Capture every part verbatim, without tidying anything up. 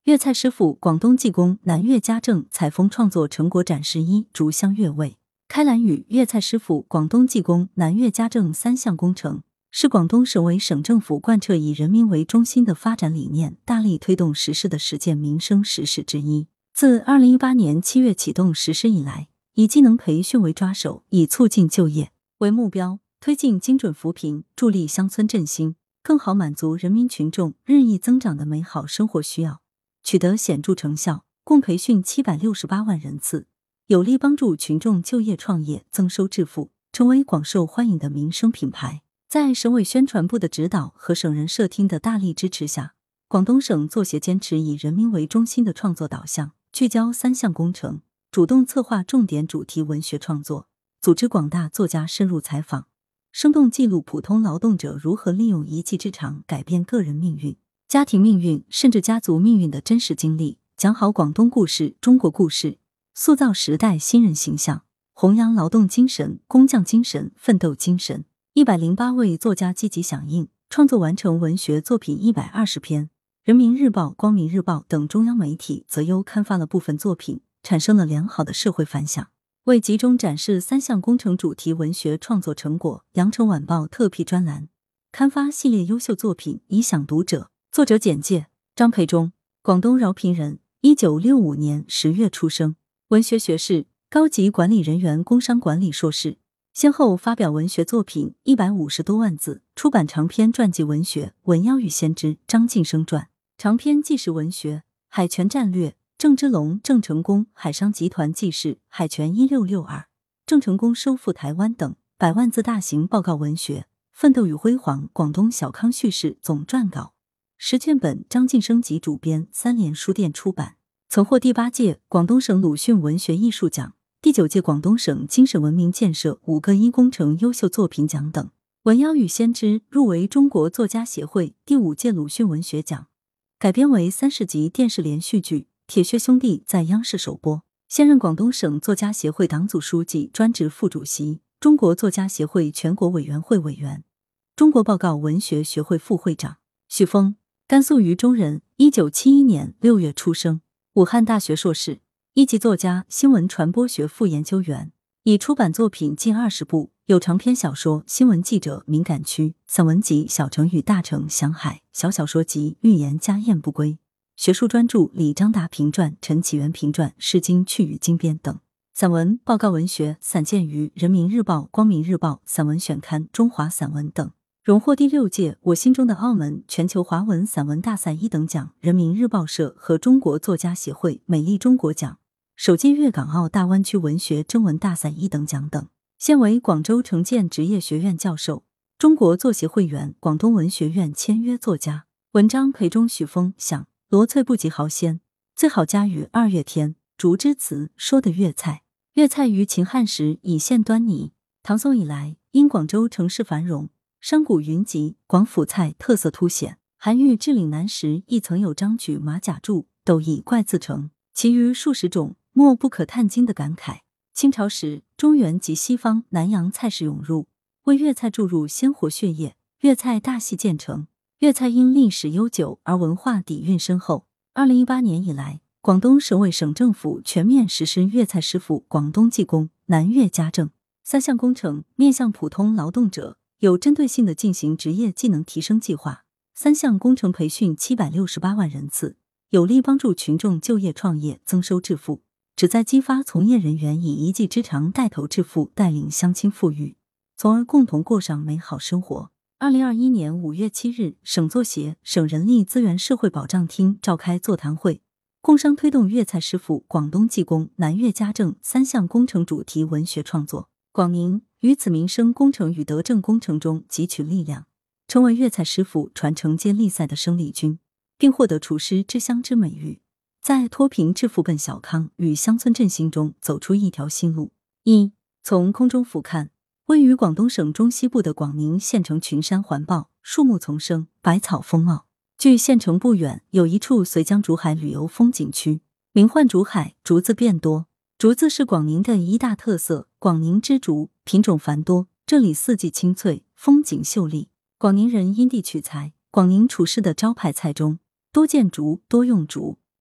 粤菜师傅广东技工南粤家政采风创作成果展示一竹香粤味。开兰屿粤菜师傅广东技工南粤家政三项工程，是广东省委省政府贯彻以人民为中心的发展理念，大力推动实施的十件民生实事之一。自二零一八年七月启动实施以来，以技能培训为抓手，以促进就业为目标，推进精准扶贫，助力乡村振兴，更好满足人民群众日益增长的美好生活需要，取得显著成效，共培训七百六十八万人次，有力帮助群众就业创业，增收致富，成为广受欢迎的民生品牌。在省委宣传部的指导和省人社厅的大力支持下，广东省作协坚持以人民为中心的创作导向，聚焦三项工程，主动策划重点主题文学创作，组织广大作家深入采访，生动记录普通劳动者如何利用一技之长改变个人命运、家庭命运甚至家族命运的真实经历，讲好广东故事、中国故事，塑造时代新人形象，弘扬劳动精神、工匠精神、奋斗精神。一百零八位作家积极响应，创作完成文学作品一百二十篇。人民日报、光明日报等中央媒体择优刊发了部分作品，产生了良好的社会反响。为集中展示三项工程主题文学创作成果，羊城晚报特辟专栏，刊发系列优秀作品，以享读者。作者简介：张培忠，广东饶平人，一九六五年十月出生，文学学士，高级管理人员工商管理硕士，先后发表文学作品一百五十多万字，出版长篇传记文学《文妖与先知》《张晋生传》，长篇纪实文学《海权战略》《郑芝龙、郑成功海商集团纪事》《海权一六六二》《郑成功收复台湾》等百万字大型报告文学《奋斗与辉煌》广东小康叙事总撰稿，十卷本张晋生集主编，三联书店出版，曾获第八届广东省鲁迅文学艺术奖、第九届广东省精神文明建设五个一工程优秀作品奖等。《文妖与先知》入围中国作家协会第五届鲁迅文学奖，改编为三十集电视连续剧《铁血兄弟》在央视首播。现任广东省作家协会党组书记、专职副主席，中国作家协会全国委员会委员，中国报告文学学会副会长。许峰，甘肃渝中人，一九七一年六月出生，武汉大学硕士，一级作家，新闻传播学副研究员，已出版作品近二十部，有长篇小说《新闻记者》《敏感区》，散文集《小城与大城》《祥海》，小小说集《预言家燕不归》，学术专著李章达评传、陈启元评传、《诗经趣语经编》等，散文、报告文学散见于《人民日报》《光明日报》散文选刊、中华散文等。荣获第六届我心中的澳门全球华文散文大赛一等奖、人民日报社和中国作家协会美丽中国奖，首届粤港澳大湾区文学征文大赛一等奖等。现为广州城建职业学院教授，中国作协会员，广东文学院签约作家。文章培中许峰想，罗翠不及豪鲜，最好加于二月天。竹之词说的粤菜，粤菜于秦汉时已现端倪。唐宋以来，因广州城市繁荣，商贾云集，广府菜特色凸显。韩愈治岭南时亦曾有张举马甲柱，斗以怪自成，其余数十种，莫不可叹惊的感慨。清朝时，中原及西方、南洋菜式涌入，为粤菜注入鲜活血液，粤菜大系建成。粤菜因历史悠久而文化底蕴深厚。二零一八年以来，广东省委省政府全面实施粤菜师傅广东技工南粤家政三项工程，面向普通劳动者，有针对性地进行职业技能提升计划。三项工程培训七百六十八万人次，有力帮助群众就业创业，增收致富，旨在激发从业人员以一技之长带头致富，带领乡亲富裕，从而共同过上美好生活。二零二一年五月七日，省作协、省人力资源社会保障厅召开座谈会，共商推动粤菜师傅广东技工南粤家政三项工程主题文学创作。广宁于此民生工程与德政工程中汲取力量，成为粤菜师傅传承接力赛的生力军，并获得厨师之乡之美誉，在脱贫致富奔小康与乡村振兴中走出一条新路。一、从空中俯瞰，位于广东省中西部的广宁县城群山环抱，树木丛生，百草丰茂。距县城不远，有一处绥江竹海旅游风景区，名唤竹海，竹子变多。竹子是广宁的一大特色，广宁之竹品种繁多，这里四季青翠，风景秀丽。广宁人因地取材，广宁厨师的招牌菜中多见竹，多用竹。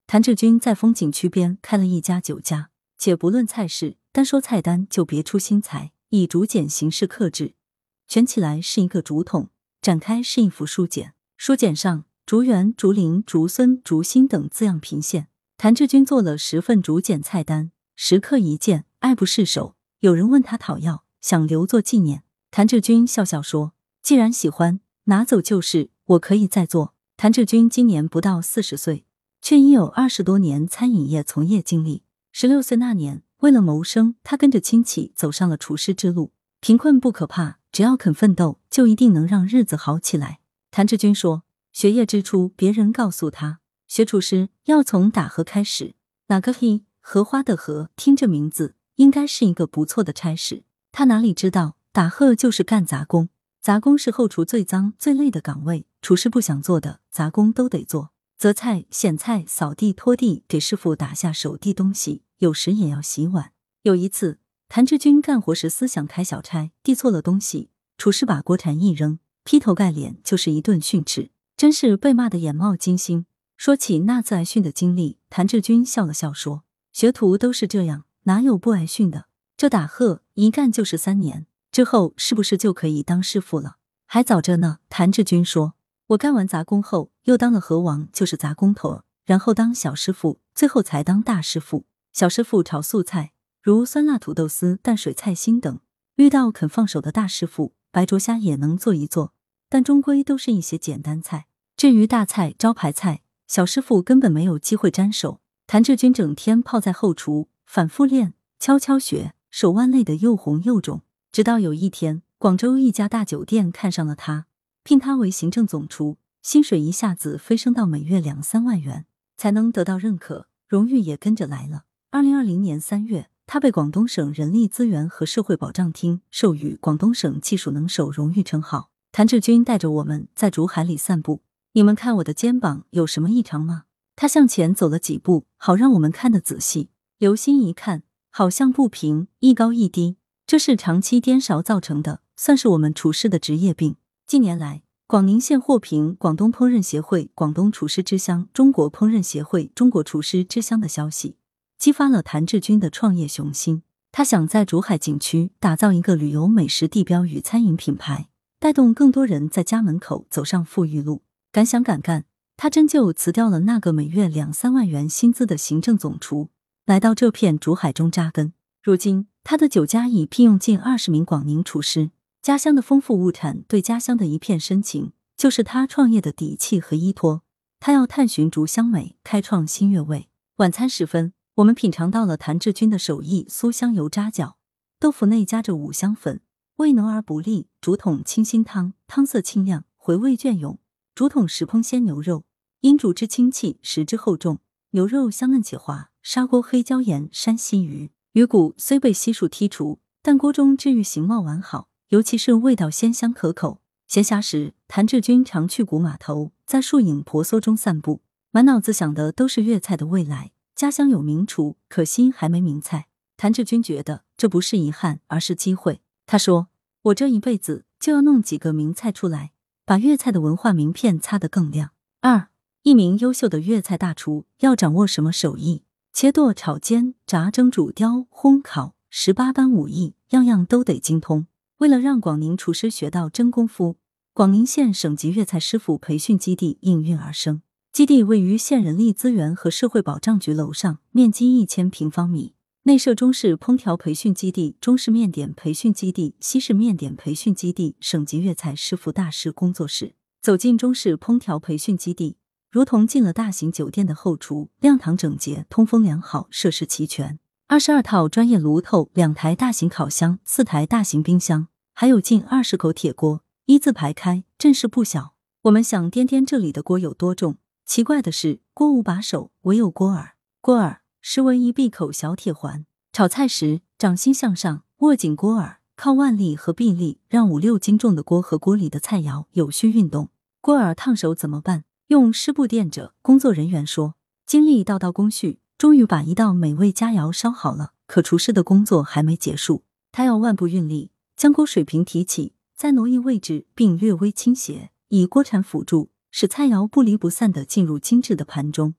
谭志军在风景区边开了一家酒家，且不论菜式，单说菜单就别出心裁，以竹简形式刻制，卷起来是一个竹筒，展开是一幅书简，书简上竹园、竹林、竹孙、竹心等字样频现。谭志军做了十份竹简菜单，十刻一件，爱不释手。有人问他讨要，想留作纪念。谭志军笑笑说：“既然喜欢，拿走就是，我可以再做。”谭志军今年不到四十岁，却已有二十多年餐饮业从业经历。十六岁那年，为了谋生，他跟着亲戚走上了厨师之路。贫困不可怕，只要肯奋斗，就一定能让日子好起来。谭志军说，学业之初，别人告诉他，学厨师要从打荷开始。哪个嘿，荷花的荷，听这名字，应该是一个不错的差事。他哪里知道，打荷就是干杂工。杂工是后厨最脏最累的岗位，厨师不想做的，杂工都得做。择菜、选菜、扫地、拖地，给师傅打下手递东西，有时也要洗碗。有一次，谭志军干活时思想开小差，递错了东西，厨师把锅铲一扔，劈头盖脸就是一顿训斥，真是被骂得眼冒金星。说起那次挨训的经历，谭志军笑了笑说，学徒都是这样，哪有不挨训的？这打荷一干就是三年，之后是不是就可以当师傅了？还早着呢。谭志军说，我干完杂工后，又当了荷王，就是杂工头，然后当小师傅，最后才当大师傅。小师傅炒素菜，如酸辣土豆丝、淡水菜心等，遇到肯放手的大师傅，白灼虾也能做一做，但终归都是一些简单菜。至于大菜、招牌菜，小师傅根本没有机会沾手。谭志军整天泡在后厨，反复练，悄悄学，手腕累得又红又肿。直到有一天，广州一家大酒店看上了他，聘他为行政总厨，薪水一下子飞升到每月两三万元。才能得到认可，荣誉也跟着来了。二零二零年三月，他被广东省人力资源和社会保障厅授予广东省技术能手荣誉称号。谭志军带着我们在竹海里散步，你们看我的肩膀有什么异常吗？他向前走了几步，好让我们看得仔细。留心一看，好像不平，一高一低，这是长期颠勺造成的，算是我们厨师的职业病。近年来，广宁县获评广东烹饪协会广东厨师之乡、中国烹饪协会中国厨师之乡的消息，激发了谭志军的创业雄心。他想在竹海景区打造一个旅游美食地标与餐饮品牌，带动更多人在家门口走上富裕路。敢想敢干，他真就辞掉了那个每月两三万元薪资的行政总厨，来到这片竹海中扎根。如今，他的酒家已聘用近二十名广宁厨师。家乡的丰富物产对家乡的一片深情，就是他创业的底气和依托。他要探寻竹香美，开创新悦味。晚餐时分，我们品尝到了谭志军的手艺酥香油炸饺，豆腐内夹着五香粉，味浓而不腻。竹筒清新汤，汤色清亮，回味隽永。竹筒石烹鲜牛肉，因竹之清气，食之厚重，牛肉香嫩且滑。砂锅黑椒盐山西鱼，鱼骨虽被悉数剔除，但锅中之鱼形貌完好。尤其是味道鲜香可口。闲暇时，谭志军常去古码头，在树影婆娑中散步，满脑子想的都是粤菜的未来。家乡有名厨，可惜还没名菜。谭志军觉得这不是遗憾，而是机会。他说，我这一辈子就要弄几个名菜出来，把粤菜的文化名片擦得更亮。二，一名优秀的粤菜大厨要掌握什么手艺？切剁、炒、煎、炸、蒸、煮、雕、烘、烤，十八般武艺，样样都得精通。为了让广宁厨师学到真功夫，广宁县省级粤菜师傅培训基地应运而生。基地位于县人力资源和社会保障局楼上，面积一千平方米，内设中式烹调培训基地、中式面点培训基地、西式面点培训基地、省级粤菜师傅大师工作室。走进中式烹调培训基地，如同进了大型酒店的后厨，亮堂整洁，通风良好，设施齐全。二十二套专业炉头，两台大型烤箱，四台大型冰箱，还有近二十口铁锅，一字排开，阵势不小。我们想掂掂这里的锅有多重，奇怪的是，锅无把手，唯有锅耳。锅耳实为一闭口小铁环，炒菜时掌心向上，握紧锅耳，靠腕力和臂力，让五六斤重的锅和锅里的菜肴有序运动。锅耳烫手怎么办？用湿布垫着。工作人员说，精力道道工序，终于把一道美味佳肴烧好了，可厨师的工作还没结束，他要腕部运力，将锅水平提起，再挪移位置并略微倾斜，以锅铲辅助，使菜肴不离不散地进入精致的盘中。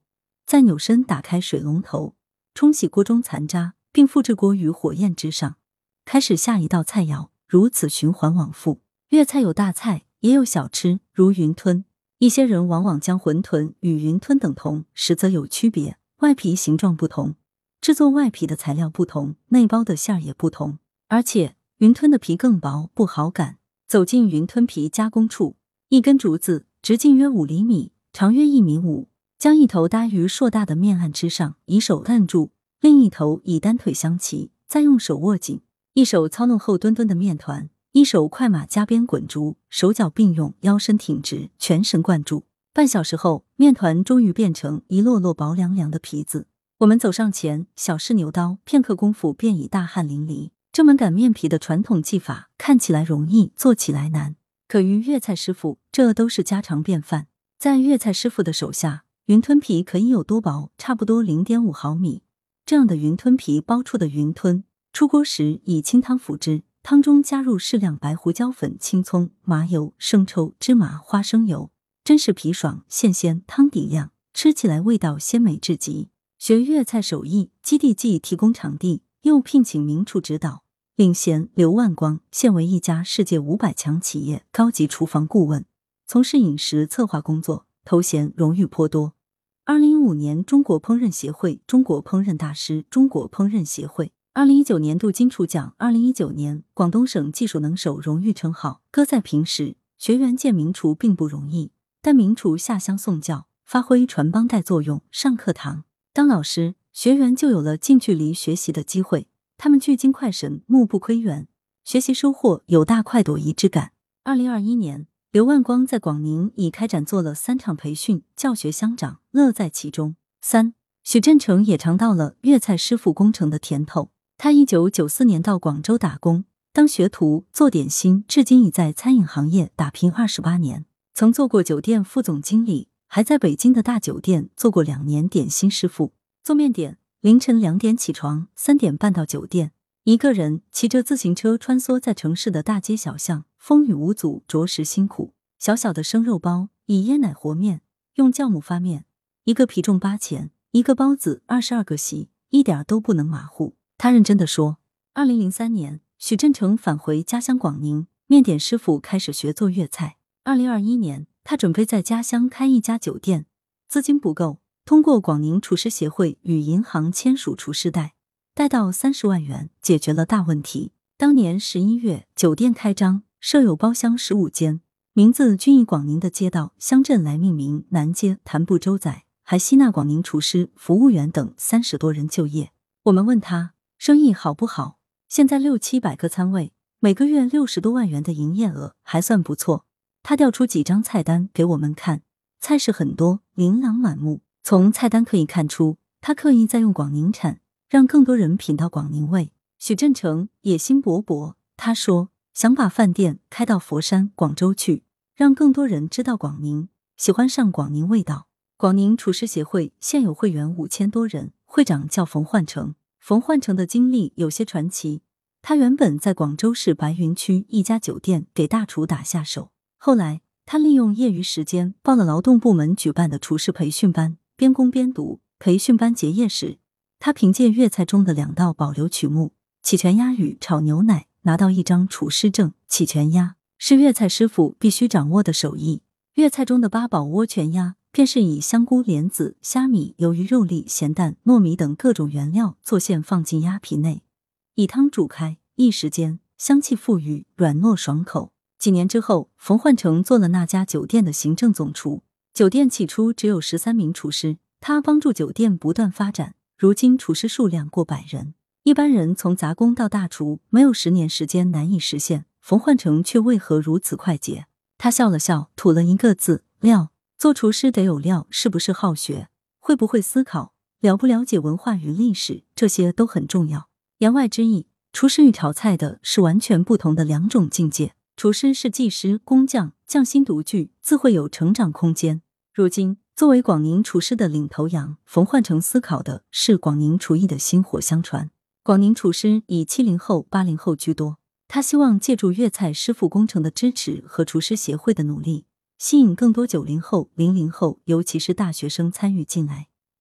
再扭身打开水龙头，冲洗锅中残渣，并复制锅于火焰之上，开始下一道菜肴，如此循环往复。粤菜有大菜，也有小吃，如云吞。一些人往往将馄饨与云吞等同，实则有区别，外皮形状不同，制作外皮的材料不同，内包的馅儿也不同。而且云吞的皮更薄，不好擀。走进云吞皮加工处，一根竹子直径约五厘米，长约一米五，将一头搭于硕大的面案之上，以手摁住，另一头以单腿相齐，再用手握紧，一手操弄厚墩墩的面团，一手快马加鞭滚珠，手脚并用，腰身挺直，全神贯注。半小时后，面团终于变成一摞摞薄凉凉的皮子。我们走上前，小试牛刀，片刻功夫便已大汗淋漓。这门擀面皮的传统技法看起来容易，做起来难。可于粤菜师傅，这都是家常便饭。在粤菜师傅的手下，云吞皮可以有多薄？差不多 零点五毫米。这样的云吞皮包出的云吞，出锅时以清汤辅之，汤中加入适量白胡椒粉、青葱、麻油、生抽、芝麻、花生油，真是皮爽馅鲜，汤底亮，吃起来味道鲜美至极。学粤菜手艺，基地既提供场地，又聘请名厨指导。领衔刘万光现为一家世界五百强企业高级厨房顾问，从事饮食策划工作，头衔荣誉颇多。二零一五年中国烹饪协会中国烹饪大师中国烹饪协会二零一九年度金厨奖二零一九年广东省技术能手荣誉称号。搁在平时，学员见名厨并不容易，但名厨下乡送教，发挥传帮带作用，上课堂当老师，学员就有了近距离学习的机会。他们聚精会神，目不窥园，学习收获有大快朵颐之感。二零二一年，刘万光在广宁已开展做了三场培训，教学相长，乐在其中。三，许振成也尝到了粤菜师傅工程的甜头。他一九九四年到广州打工，当学徒做点心，至今已在餐饮行业打拼二十八年，曾做过酒店副总经理，还在北京的大酒店做过两年点心师傅。做面点，凌晨两点起床，三点半到酒店，一个人骑着自行车穿梭在城市的大街小巷，风雨无阻，着实辛苦。小小的生肉包，以椰奶和面，用酵母发面，一个皮重八钱，一个包子二十二个席，一点都不能马虎。他认真地说。二零零三年，许振成返回家乡广宁，面点师傅开始学做粤菜。二零二一年，他准备在家乡开一家酒店，资金不够，通过广宁厨师协会与银行签署厨师贷，贷到三十万元，解决了大问题。当年十一月，酒店开张，设有包厢十五间，名字均以广宁的街道、乡镇来命名，南街、潭步洲仔，还吸纳广宁厨师、服务员等三十多人就业。我们问他生意好不好？现在六七百个餐位，每个月六十多万元的营业额，还算不错。他调出几张菜单给我们看，菜式很多，琳琅满目。从菜单可以看出，他刻意在用广宁产，让更多人品到广宁味。许振成野心勃勃，他说想把饭店开到佛山、广州去，让更多人知道广宁，喜欢上广宁味道。广宁厨师协会现有会员五千多人，会长叫冯焕成。冯焕成的经历有些传奇，他原本在广州市白云区一家酒店给大厨打下手，后来他利用业余时间报了劳动部门举办的厨师培训班，边工边读。培训班结业时，他凭借粤菜中的两道保留曲目起全鸭与炒牛奶，拿到一张厨师证。起全鸭是粤菜师傅必须掌握的手艺。粤菜中的八宝窝全鸭便是以香菇、莲子、虾米、鱿鱼、肉粒、咸蛋、糯米等各种原料做馅放进鸭皮内，以汤煮开，一时间香气馥郁，软糯爽口。几年之后，冯焕成做了那家酒店的行政总厨。酒店起初只有十三名厨师，他帮助酒店不断发展，如今厨师数量过百人。一般人从杂工到大厨，没有十年时间难以实现，冯焕成却为何如此快捷？他笑了笑，吐了一个字：料。做厨师得有料，是不是好学，会不会思考，了不了解文化与历史，这些都很重要。言外之意，厨师与炒菜的是完全不同的两种境界。厨师是技师、工匠，匠心独具，自会有成长空间。如今，作为广宁厨师的领头羊，冯焕成思考的是广宁厨艺的薪火相传。广宁厨师以七零后、八零后居多，他希望借助粤菜师傅工程的支持和厨师协会的努力，吸引更多九零后、零零后，尤其是大学生参与进来，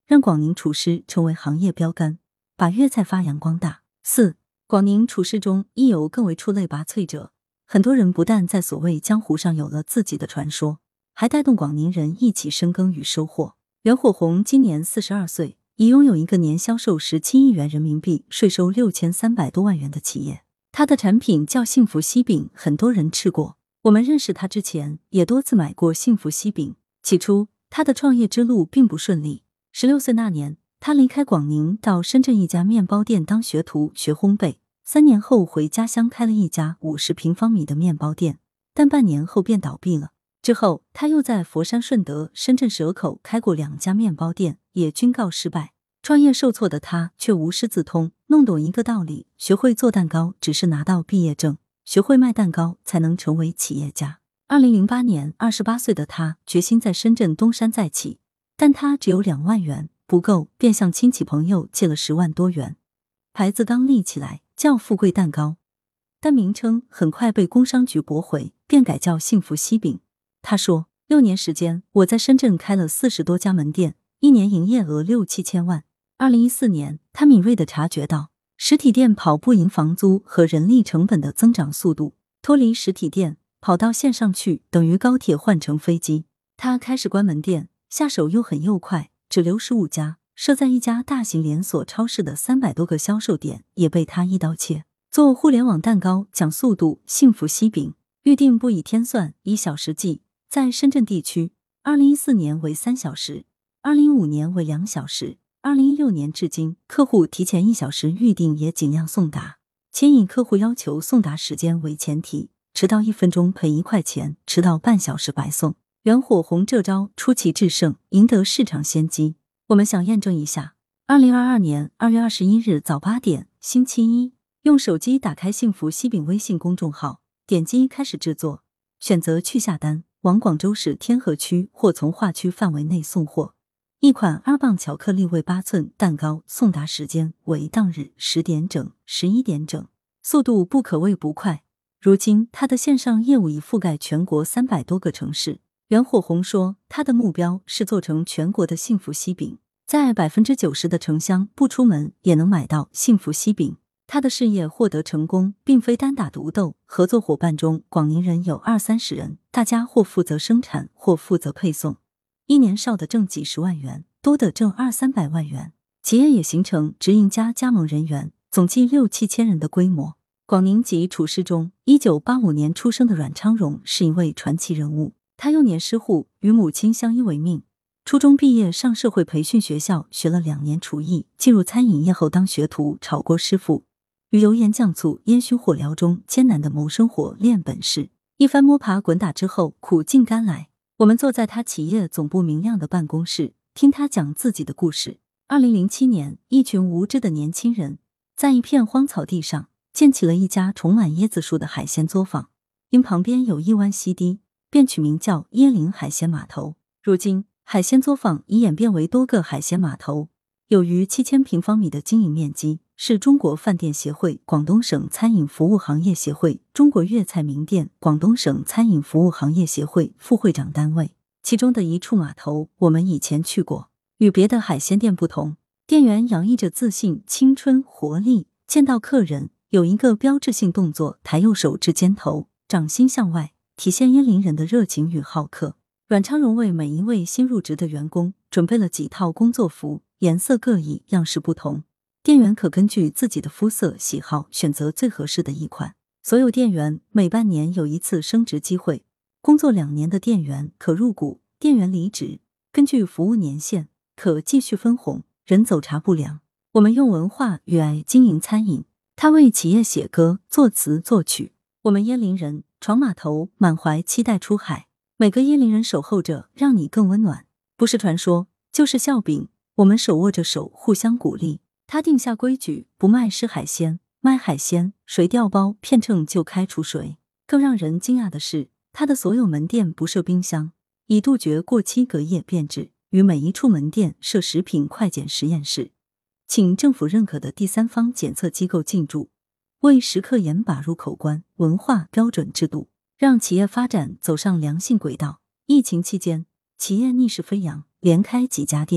让广宁厨师成为行业标杆，把粤菜发扬光大。四、广宁厨师中亦有更为出类拔萃者，很多人不但在所谓江湖上有了自己的传说，还带动广宁人一起深耕与收获。袁火红今年四十二岁，已拥有一个年销售十七亿元人民币、税收六千三百多万元的企业。他的产品叫幸福西饼，很多人吃过。我们认识他之前，也多次买过幸福西饼。起初，他的创业之路并不顺利。十六岁那年，他离开广宁，到深圳一家面包店当学徒学烘焙。三年后回家乡开了一家五十平方米的面包店，但半年后便倒闭了。之后，他又在佛山顺德、深圳蛇口开过两家面包店，也均告失败。创业受挫的他却无师自通，弄懂一个道理：学会做蛋糕只是拿到毕业证，学会卖蛋糕才能成为企业家。二零零八年，二十八岁的他决心在深圳东山再起，但他只有两万元，不够，便向亲戚朋友借了十万多元。牌子刚立起来，叫富贵蛋糕，但名称很快被工商局驳回，便改叫幸福西饼。他说，六年时间，我在深圳开了四十多家门店，一年营业额六七千万。二零一四年，他敏锐地察觉到实体店跑不赢房租和人力成本的增长速度，脱离实体店跑到线上去等于高铁换乘飞机。他开始关门店，下手又狠又快，只留十五家，设在一家大型连锁超市的三百多个销售点也被他一刀切。做互联网蛋糕讲速度，幸福西饼预定不以天算，以小时计。在深圳地区，二零一四年为三小时，二零一五年为两小时，二零一六年至今，客户提前一小时预订也尽量送达，且以客户要求送达时间为前提，迟到一分钟赔一块钱，迟到半小时白送。袁火红这招出奇制胜，赢得市场先机。我们想验证一下。二零二二年二月二十一日早八点，星期一，用手机打开幸福西饼微信公众号，点击开始制作，选择去下单，往广州市天河区或从化区范围内送货。一款二磅巧克力味八寸蛋糕送达时间为当日十点整、十一点整，速度不可谓不快。如今，他的线上业务已覆盖全国三百多个城市。袁火红说，他的目标是做成全国的幸福西饼，在 百分之九十 的城乡不出门也能买到幸福西饼。他的事业获得成功，并非单打独斗，合作伙伴中，广宁人有二三十人，大家或负责生产，或负责配送。一年少的挣几十万元，多的挣二三百万元。企业也形成直营加加盟人员，总计六七千人的规模。广宁籍厨师中，一九八五年出生的阮昌荣是一位传奇人物。他幼年失户，与母亲相依为命。初中毕业上社会培训学校学了两年厨艺，进入餐饮业后当学徒、炒锅师傅，于油盐酱醋、烟熏火燎中艰难的谋生活练本事。一番摸爬滚打之后，苦尽甘来。我们坐在他企业总部明亮的办公室，听他讲自己的故事。二零零七年，一群无知的年轻人在一片荒草地上建起了一家种满椰子树的海鲜作坊，因旁边有一湾溪堤，便取名叫椰林海鲜码头。如今，海鲜作坊已演变为多个海鲜码头，有逾七千平方米的经营面积，是中国饭店协会、广东省餐饮服务行业协会、中国粤菜名店、广东省餐饮服务行业协会副会长单位。其中的一处码头，我们以前去过。与别的海鲜店不同，店员洋溢着自信、青春、活力，见到客人有一个标志性动作，抬右手至肩头，掌心向外，体现椰林人的热情与好客。阮昌荣为每一位新入职的员工准备了几套工作服，颜色各异，样式不同。店员可根据自己的肤色喜好选择最合适的一款。所有店员每半年有一次升职机会，工作两年的店员可入股，店员离职，根据服务年限可继续分红，人走茶不凉。我们用文化与爱经营餐饮，他为企业写歌、作词作曲。我们椰林人闯码头，满怀期待出海。每个椰林人守候着，让你更温暖。不是传说，就是笑柄。我们手握着手，互相鼓励。他定下规矩，不卖湿海鲜，卖海鲜，谁调包骗秤就开除谁。更让人惊讶的是，他的所有门店不设冰箱，以杜绝过期隔夜变质。于每一处门店设食品快检实验室，请政府认可的第三方检测机构进驻，为食客严把入口关、文化标准制度，让企业发展走上良性轨道。疫情期间，企业逆势飞扬，连开几家店。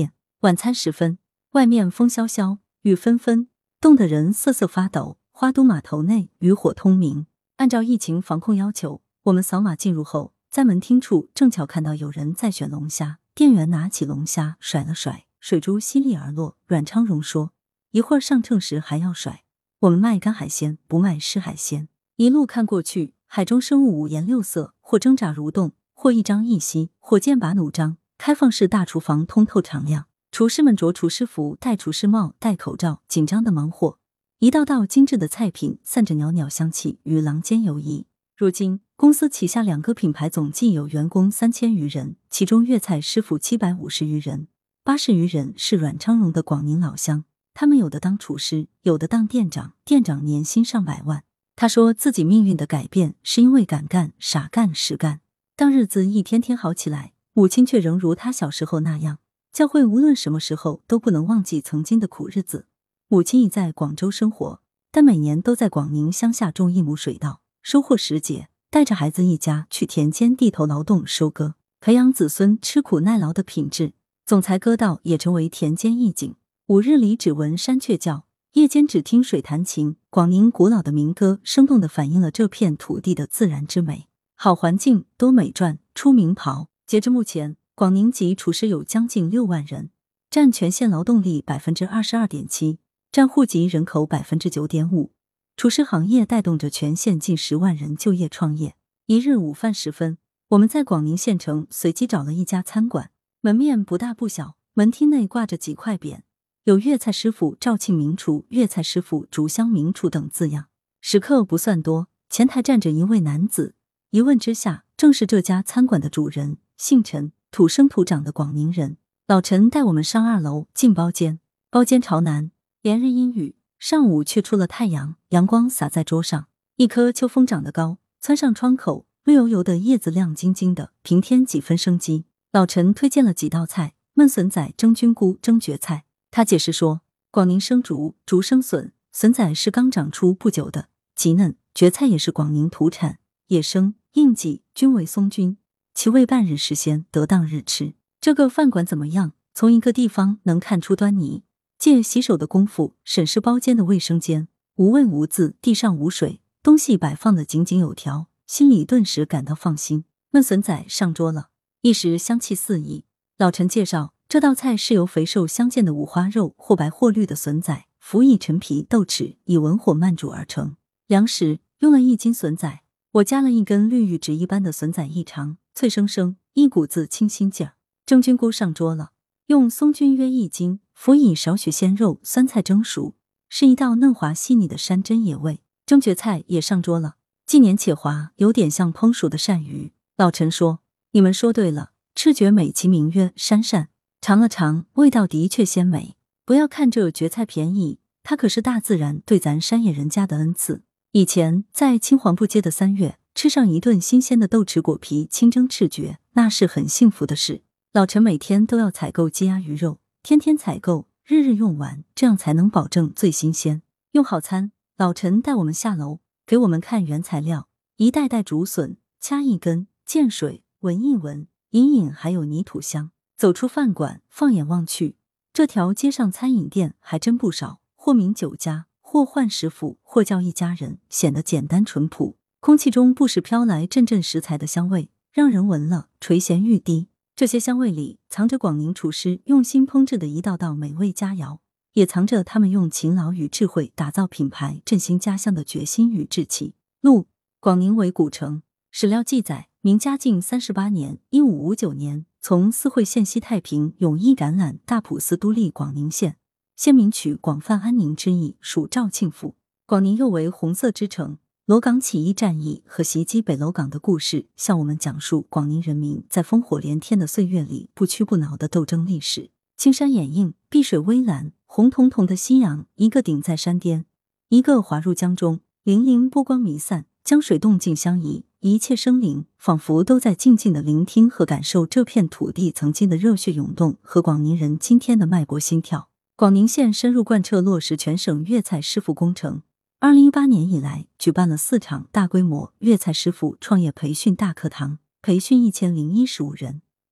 晚餐时分，外面风萧萧，雨纷纷，冻得人瑟瑟发抖。花都码头内渔火通明。按照疫情防控要求，我们扫码进入后，在门厅处正巧看到有人在选龙虾，店员拿起龙虾甩了甩，水珠淅沥而落。阮昌荣说，一会儿上秤时还要甩。我们卖干海鲜，不卖湿海鲜。一路看过去，海中生物五颜六色，或挣扎蠕动，或一张一吸，或剑拔弩张。开放式大厨房通透敞亮，厨师们着厨师服，戴厨师帽，戴口罩，紧张的忙活。一道道精致的菜品散着袅袅香气，与廊间游移。如今，公司旗下两个品牌总计有员工三千余人，其中粤菜师傅七百五十余人，八十余人是阮昌荣的广宁老乡。他们有的当厨师，有的当店长，店长年薪上百万。他说自己命运的改变是因为敢干、傻干、实干。当日子一天天好起来，母亲却仍如他小时候那样，教会无论什么时候都不能忘记曾经的苦日子。母亲已在广州生活，但每年都在广宁乡下种一亩水稻，收获时节，带着孩子一家去田间地头劳动收割，培养子孙吃苦耐劳的品质。总裁歌道也成为田间一景。午日里只闻山雀叫，夜间只听水弹琴。广宁古老的民歌生动地反映了这片土地的自然之美。好环境，多美馔，出名袍。截至目前，广宁籍厨师有将近六万人，占全县劳动力 百分之二十二点七。占户籍人口 百分之九点五， 厨师行业带动着全县近十万人就业创业。一日午饭时分，我们在广宁县城随机找了一家餐馆，门面不大不小，门厅内挂着几块匾，有粤菜师傅赵庆名厨、粤菜师傅竹香名厨等字样。食客不算多，前台站着一位男子，一问之下，正是这家餐馆的主人，姓陈，土生土长的广宁人。老陈带我们上二楼进包间，包间朝南。连日阴雨，上午却出了太阳，阳光洒在桌上。一棵秋风长得高，窜上窗口，绿油油的叶子亮晶晶的，平添几分生机。老陈推荐了几道菜，焖笋仔、蒸菌菇、蒸蕨菜。他解释说，广宁生竹，竹生笋，笋仔是刚长出不久的，极嫩；蕨菜也是广宁土产，野生，应季，均为松菌，其味半日时鲜，得当日吃。这个饭馆怎么样？从一个地方能看出端倪。借洗手的功夫审视包间的卫生间，无味无渍，地上无水，东西摆放得井井有条，心里顿时感到放心。焖笋仔上桌了，一时香气四溢。老陈介绍，这道菜是由肥瘦相间的五花肉，或白或绿的笋仔，辅以陈皮、豆豉，以文火慢煮而成。粮食用了一斤笋仔，我加了一根绿玉纸一般的笋仔一尝，脆生生，一股子清新劲儿。蒸菌菇上桌了，用松菌约一斤，辅以少许鲜肉、酸菜蒸熟，是一道嫩滑细腻的山珍野味。蒸蕨菜也上桌了，既黏且滑，有点像烹熟的鳝鱼。老陈说，你们说对了，赤蕨美其名曰山鳝，尝了尝，味道的确鲜美。不要看这蕨菜便宜，它可是大自然对咱山野人家的恩赐。以前在青黄不接的三月，吃上一顿新鲜的豆豉果皮清蒸赤蕨，那是很幸福的事。老陈每天都要采购鸡鸭鱼肉，天天采购，日日用完，这样才能保证最新鲜。用好餐，老陈带我们下楼，给我们看原材料，一袋袋竹笋，掐一根，见水，闻一闻，隐隐还有泥土香。走出饭馆，放眼望去，这条街上餐饮店还真不少，或名酒家，或换食府，或叫一家人，显得简单淳朴。空气中不时飘来阵阵食材的香味，让人闻了垂涎欲滴。这些香味里藏着广宁厨师用心烹制的一道道美味佳肴，也藏着他们用勤劳与智慧打造品牌振兴家乡的决心与志气。陆，广宁为古城。史料记载，明嘉靖三十八年一五五九年，从四会县西太平永义橄榄大埔司都历广宁县，县民取广泛安宁之意，属肇庆府。广宁又为红色之城。罗岗起义战役和袭击北楼港的故事，向我们讲述广宁人民在烽火连天的岁月里不屈不挠的斗争历史。青山掩映，碧水微澜，红彤彤的夕阳，一个顶在山巅，一个滑入江中，粼粼波光弥散，江水动静相宜，一切生灵仿佛都在静静的聆听和感受这片土地曾经的热血涌动和广宁人今天的脉搏心跳。广宁县深入贯彻落实全省粤菜师傅工程。二零一八年以来，举办了四场大规模粤菜师傅创业培训大课堂，培训一千零一十五人。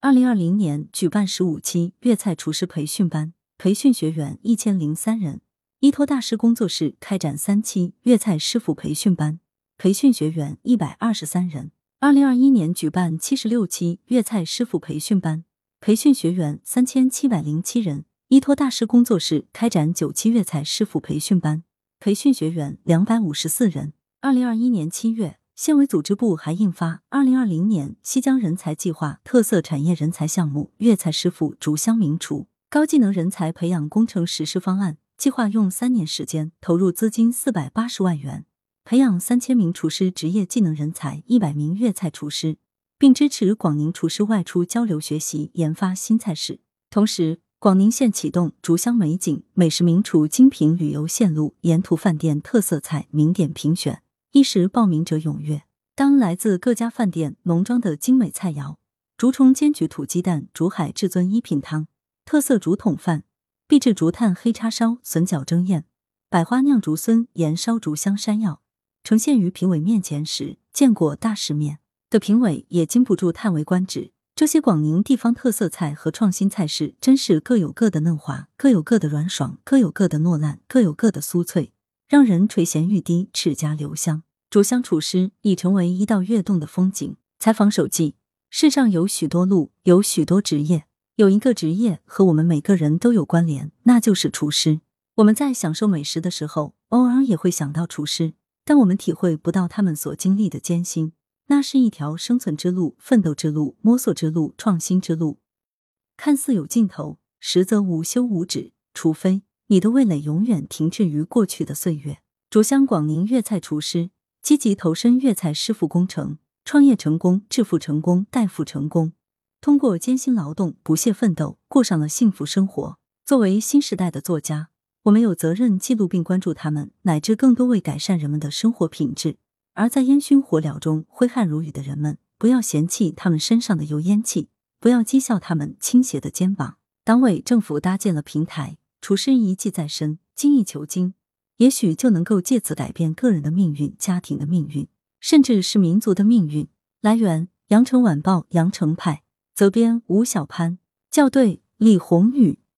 二零二零年举办十五期粤菜厨师培训班，培训学员一千零三人。依托大师工作室开展三期粤菜师傅培训班，培训学员一百二十三人。二零二一年举办七十六期粤菜师傅培训班，培训学员三千七百零七人。依托大师工作室开展九期粤菜师傅培训班，培训学员两百五十四人。二零二一年七月，县委组织部还印发《二零二零年西江人才计划特色产业人才项目粤菜师傅竹乡名厨高技能人才培养工程实施方案》，计划用三年时间，投入资金四百八十万元，培养三千名厨师职业技能人才，一百名粤菜厨师，并支持广宁厨师外出交流学习，研发新菜式。同时，广宁县启动竹乡美景美食名厨精品旅游线路，沿途饭店特色菜名点评选，一时报名者踊跃。当来自各家饭店浓妆的精美菜肴，竹虫煎焗土鸡蛋、竹海至尊一品汤、特色竹筒饭、秘制竹炭黑叉烧、笋饺蒸燕、百花酿竹荪、盐烧竹香山药呈现于评委面前时，见过大世面的评委也禁不住叹为观止。这些广宁地方特色菜和创新菜式真是各有各的嫩滑，各有各的软爽，各有各的糯烂，各有各的酥脆，让人垂涎欲滴，齿颊留香。竹乡厨师已成为一道跃动的风景。采访手记：世上有许多路，有许多职业，有一个职业和我们每个人都有关联，那就是厨师。我们在享受美食的时候，偶尔也会想到厨师，但我们体会不到他们所经历的艰辛。那是一条生存之路、奋斗之路、摸索之路、创新之路，看似有尽头，实则无休无止，除非你的味蕾永远停滞于过去的岁月。竹乡广宁粤菜厨师积极投身粤菜师傅工程，创业成功、致富成功、代富成功，通过艰辛劳动、不懈奋斗，过上了幸福生活。作为新时代的作家，我们有责任记录并关注他们，乃至更多为改善人们的生活品质。而在烟熏火燎中挥汗如雨的人们，不要嫌弃他们身上的油烟气，不要讥笑他们倾斜的肩膀。党委政府搭建了平台，厨师一技在身，精益求精，也许就能够借此改变个人的命运、家庭的命运，甚至是民族的命运。来源：羊城晚报羊城派，责编吴小潘，校对：李红宇。